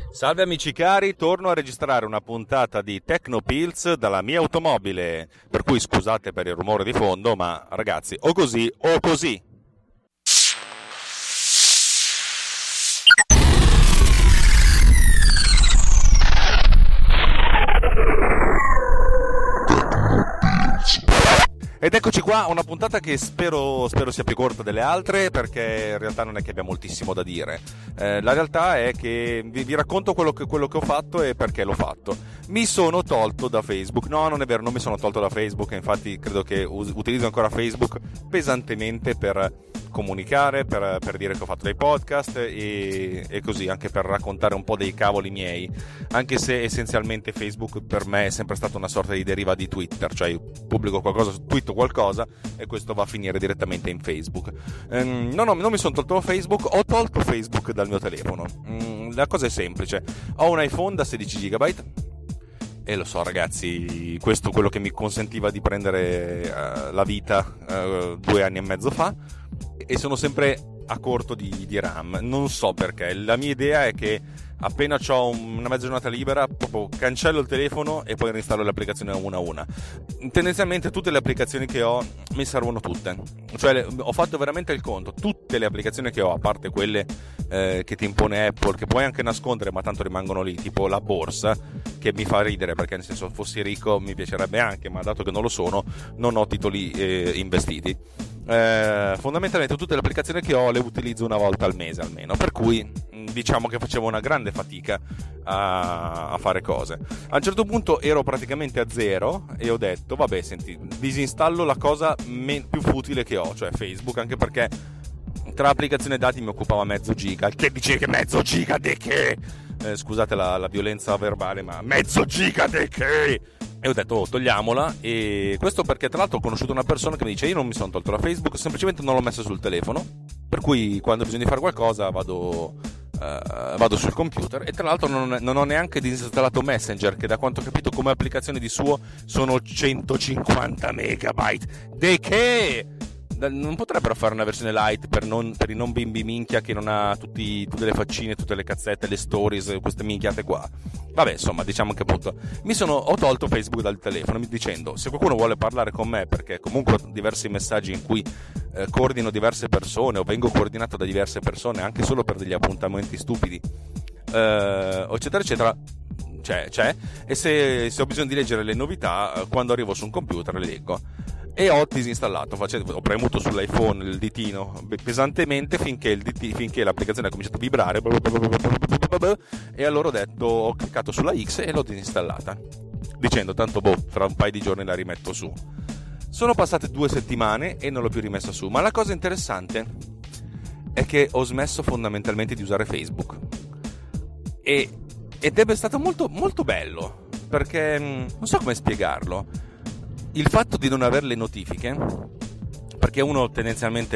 Salve amici cari, torno a registrare una puntata di Tecnopills dalla mia automobile, per cui scusate per il rumore di fondo, ma ragazzi, o così o così. Ed eccoci qua, una puntata che spero sia più corta delle altre, perché in realtà non è che abbia moltissimo da dire. La realtà è che vi racconto quello che ho fatto e perché l'ho fatto. Mi sono tolto da Facebook. No, non è vero, non mi sono tolto da Facebook, infatti credo che utilizzo ancora Facebook pesantemente per comunicare, per dire che ho fatto dei podcast e così, anche per raccontare un po' dei cavoli miei, anche se essenzialmente Facebook per me è sempre stata una sorta di deriva di Twitter, cioè io pubblico qualcosa, twitto qualcosa e questo va a finire direttamente in Facebook. Non mi sono tolto Facebook, ho tolto Facebook dal mio telefono. La cosa è semplice, ho un iPhone da 16 GB e lo so ragazzi, questo è quello che mi consentiva di prendere la vita 2 anni e mezzo fa, e sono sempre a corto di RAM, non so perché. La mia idea è che appena ho una mezza giornata libera, proprio cancello il telefono e poi reinstallo le applicazioni una a una. Tendenzialmente tutte le applicazioni che ho mi servono tutte, cioè ho fatto veramente il conto, tutte le applicazioni che ho, a parte quelle che ti impone Apple, che puoi anche nascondere ma tanto rimangono lì, tipo la borsa, che mi fa ridere perché nel senso, fossi ricco mi piacerebbe anche, ma dato che non lo sono non ho titoli investiti. Fondamentalmente tutte le applicazioni che ho le utilizzo una volta al mese almeno, per cui diciamo che facevo una grande fatica a fare cose. A un certo punto ero praticamente a zero e ho detto vabbè, senti, disinstallo la cosa più futile che ho, cioè Facebook, anche perché tra applicazione e dati mi occupava mezzo giga. Che dice che mezzo giga di che? Scusate la violenza verbale, ma mezzo giga di che? E ho detto togliamola, e questo perché tra l'altro ho conosciuto una persona che mi dice io non mi sono tolto da Facebook, semplicemente non l'ho messo sul telefono, per cui quando bisogna fare qualcosa vado sul computer, e tra l'altro non ho neanche disinstallato Messenger, che da quanto ho capito come applicazione di suo sono 150 megabyte. De che? Non potrebbero fare una versione light per i non bimbi minchia, che non ha tutte le faccine, tutte le cazzette, le stories, queste minchiate qua? Vabbè, insomma, diciamo che appunto ho tolto Facebook dal telefono, dicendo se qualcuno vuole parlare con me, perché comunque ho diversi messaggi in cui coordino diverse persone o vengo coordinato da diverse persone anche solo per degli appuntamenti stupidi, eccetera eccetera, c'è, e se ho bisogno di leggere le novità, quando arrivo su un computer le leggo. E ho disinstallato, ho premuto sull'iPhone il ditino pesantemente finché l'applicazione ha cominciato a vibrare, e allora ho cliccato sulla X e l'ho disinstallata, dicendo tanto fra un paio di giorni la rimetto su. Sono passate 2 settimane e non l'ho più rimessa su, ma la cosa interessante è che ho smesso fondamentalmente di usare Facebook, ed è stato molto, molto bello, perché non so come spiegarlo. Il fatto di non avere le notifiche, perché uno tendenzialmente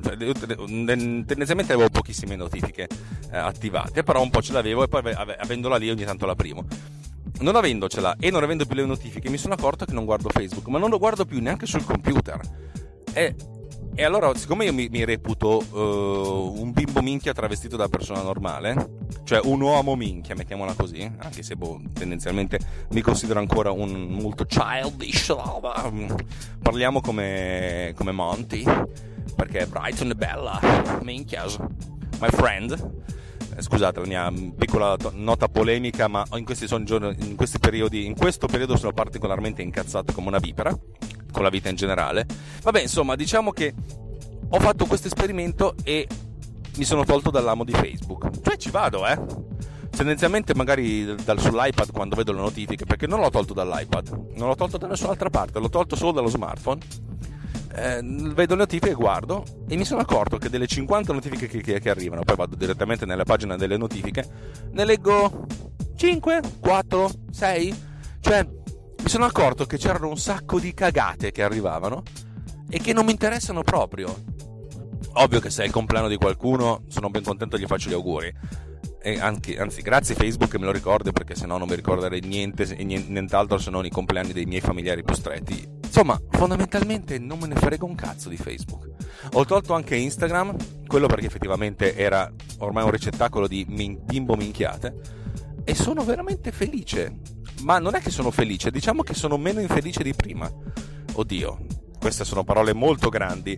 avevo pochissime notifiche attivate, però un po' ce l'avevo, e poi avendola lì ogni tanto la aprimo. Non avendocela e non avendo più le notifiche mi sono accorto che non guardo Facebook, ma non lo guardo più neanche sul computer, e allora, siccome io mi reputo un bimbo minchia travestito da persona normale, cioè un uomo minchia, mettiamola così, anche se tendenzialmente mi considero ancora un molto childish, parliamo come Monty, perché Brighton è bella, minchias, my friend. Scusate la mia piccola nota polemica, ma in questo periodo sono particolarmente incazzato come una vipera con la vita in generale. Vabbè, insomma, diciamo che ho fatto questo esperimento e mi sono tolto dall'amo di Facebook, cioè ci vado, tendenzialmente magari sull'iPad quando vedo le notifiche, perché non l'ho tolto dall'iPad, non l'ho tolto da nessun'altra parte, l'ho tolto solo dallo smartphone. Vedo le notifiche, guardo, e mi sono accorto che delle 50 notifiche che arrivano, poi vado direttamente nella pagina delle notifiche, ne leggo 5, 4, 6, cioè mi sono accorto che c'erano un sacco di cagate che arrivavano e che non mi interessano proprio. Ovvio che se è il compleanno di qualcuno sono ben contento e gli faccio gli auguri, e anzi grazie Facebook che me lo ricordi, perché sennò non mi ricorderei niente e nient'altro se non i compleanni dei miei familiari più stretti. Insomma, fondamentalmente non me ne frega un cazzo di Facebook. Ho tolto anche Instagram, quello perché effettivamente era ormai un ricettacolo di bimbo minchiate, e sono veramente felice. Ma non è che sono felice, diciamo che sono meno infelice di prima. Oddio, queste sono parole molto grandi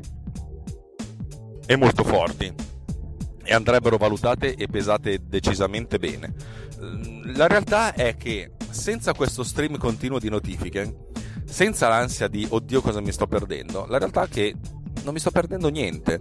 e molto forti, e andrebbero valutate e pesate decisamente bene. La realtà è che senza questo stream continuo di notifiche, senza l'ansia di oddio cosa mi sto perdendo, la realtà è che non mi sto perdendo niente.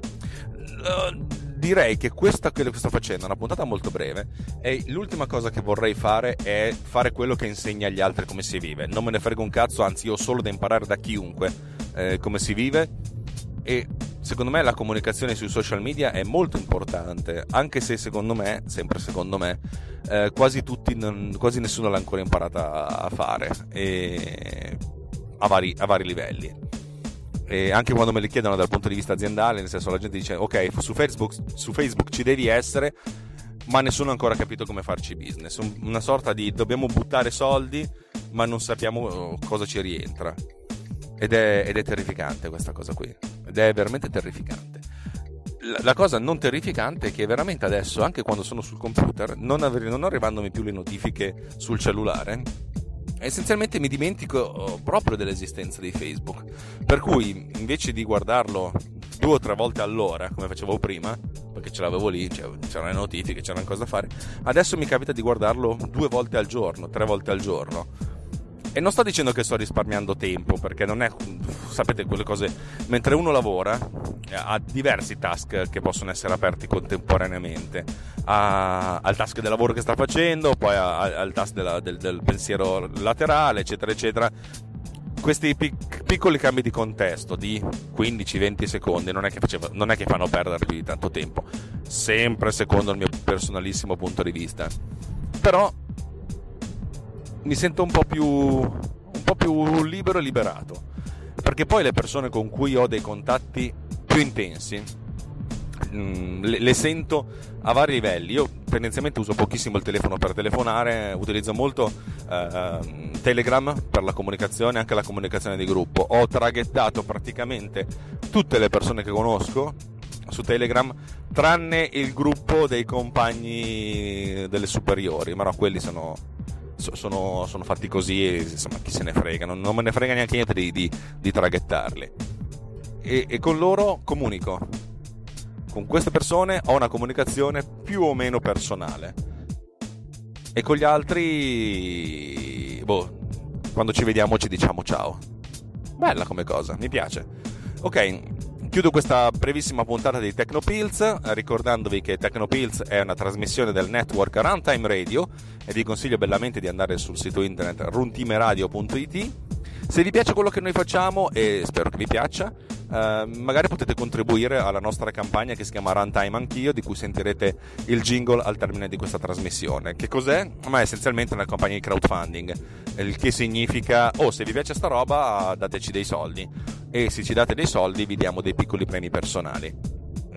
Direi che questa che sto facendo è una puntata molto breve, e l'ultima cosa che vorrei fare è fare quello che insegna agli altri come si vive. Non me ne frega un cazzo, anzi io ho solo da imparare da chiunque come si vive, e secondo me la comunicazione sui social media è molto importante, anche se secondo me, sempre secondo me, quasi nessuno l'ha ancora imparata a fare, e a vari livelli. E anche quando me le chiedono dal punto di vista aziendale, nel senso, la gente dice ok, su Facebook ci devi essere, ma nessuno ha ancora capito come farci business. Una sorta di dobbiamo buttare soldi ma non sappiamo cosa ci rientra, ed è terrificante questa cosa qui, ed è veramente terrificante. La cosa non terrificante è che veramente adesso, anche quando sono sul computer, non arrivandomi più le notifiche sul cellulare, essenzialmente mi dimentico proprio dell'esistenza di Facebook, per cui invece di guardarlo 2 o 3 volte all'ora come facevo prima, perché ce l'avevo lì, c'erano le notifiche, c'erano cose da fare, adesso mi capita di guardarlo 2 volte al giorno, 3 volte al giorno. E non sto dicendo che sto risparmiando tempo, perché non è, sapete, quelle cose, mentre uno lavora ha diversi task che possono essere aperti contemporaneamente, al task del lavoro che sta facendo, poi al task del pensiero laterale, eccetera eccetera. Questi piccoli cambi di contesto di 15-20 secondi non è che fanno perdere più di tanto tempo, sempre secondo il mio personalissimo punto di vista. Però mi sento un po' più libero e liberato, perché poi le persone con cui ho dei contatti più intensi le sento a vari livelli. Io tendenzialmente uso pochissimo il telefono per telefonare, utilizzo molto Telegram per la comunicazione, anche la comunicazione di gruppo. Ho traghettato praticamente tutte le persone che conosco su Telegram, tranne il gruppo dei compagni delle superiori, ma no, quelli sono fatti così, e insomma chi se ne frega, non me ne frega neanche niente di traghettarli, e con loro comunico. Con queste persone ho una comunicazione più o meno personale, e con gli altri quando ci vediamo ci diciamo ciao. Bella come cosa, mi piace. Ok, chiudo questa brevissima puntata di Tecnopills ricordandovi che Tecnopills è una trasmissione del network Runtime Radio, e vi consiglio bellamente di andare sul sito internet runtimeradio.it. Se vi piace quello che noi facciamo, e spero che vi piaccia, magari potete contribuire alla nostra campagna che si chiama Runtime Anch'io, di cui sentirete il jingle al termine di questa trasmissione. Che cos'è? Ma è essenzialmente una campagna di crowdfunding, il che significa se vi piace sta roba dateci dei soldi, e se ci date dei soldi vi diamo dei piccoli premi personali.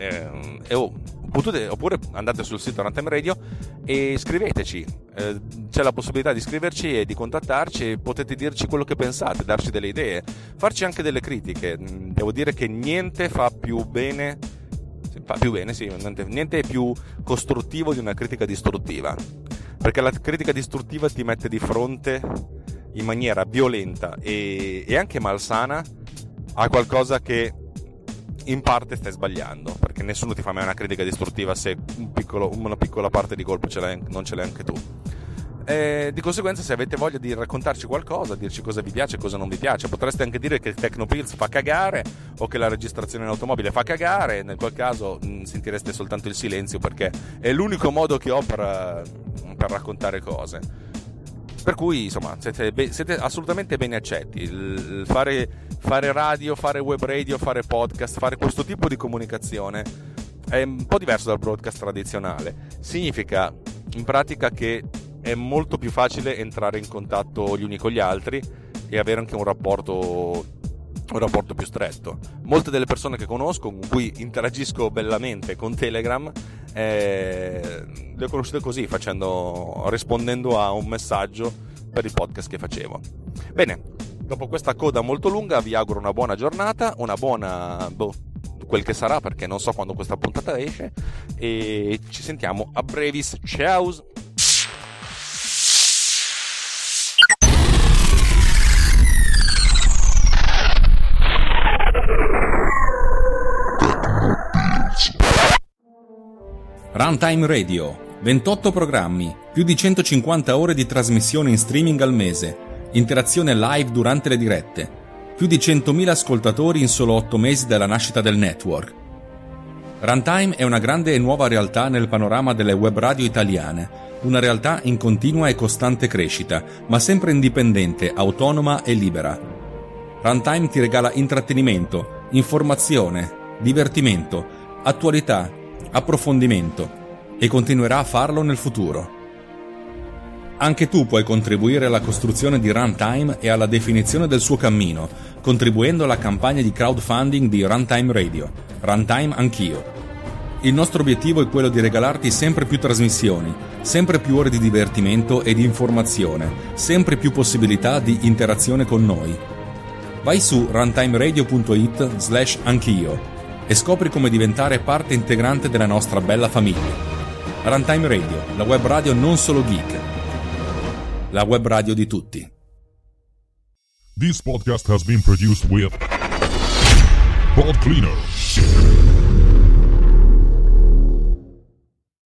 Oppure andate sul sito Runtime Radio e scriveteci, c'è la possibilità di scriverci e di contattarci, e potete dirci quello che pensate, darci delle idee, farci anche delle critiche. Devo dire che niente fa più bene, niente è più costruttivo di una critica distruttiva, perché la critica distruttiva ti mette di fronte in maniera violenta e anche malsana a qualcosa che in parte stai sbagliando, perché nessuno ti fa mai una critica distruttiva se una piccola parte di colpa non ce l'hai anche tu. Di conseguenza, se avete voglia di raccontarci qualcosa, dirci cosa vi piace e cosa non vi piace, potreste anche dire che il Tecnopills fa cagare, o che la registrazione in automobile fa cagare. Nel qual caso sentireste soltanto il silenzio, perché è l'unico modo che ho per raccontare cose. Per cui insomma siete assolutamente ben accetti. Fare radio, fare web radio, fare podcast, fare questo tipo di comunicazione è un po' diverso dal broadcast tradizionale. Significa in pratica che è molto più facile entrare in contatto gli uni con gli altri e avere anche un rapporto più stretto. Molte delle persone che conosco, con cui interagisco bellamente con Telegram, le ho conosciute così, rispondendo a un messaggio per il podcast che facevo. Bene, dopo questa coda molto lunga vi auguro una buona giornata, una buona quel che sarà, perché non so quando questa puntata esce, e ci sentiamo a brevis. Ciao. Runtime Radio, 28 programmi, più di 150 ore di trasmissione in streaming al mese, interazione live durante le dirette, più di 100.000 ascoltatori in solo 8 mesi dalla nascita del network. Runtime è una grande e nuova realtà nel panorama delle web radio italiane, una realtà in continua e costante crescita, ma sempre indipendente, autonoma e libera. Runtime ti regala intrattenimento, informazione, divertimento, attualità, approfondimento e continuerà a farlo nel futuro. Anche tu puoi contribuire alla costruzione di Runtime e alla definizione del suo cammino, contribuendo alla campagna di crowdfunding di Runtime Radio, Runtime Anch'io. Il nostro obiettivo è quello di regalarti sempre più trasmissioni, sempre più ore di divertimento e di informazione, sempre più possibilità di interazione con noi. Vai su runtimeradio.it/anch'io e scopri come diventare parte integrante della nostra bella famiglia. Runtime Radio, la web radio non solo geek, la web radio di tutti. This podcast has been produced with Pod Cleaner.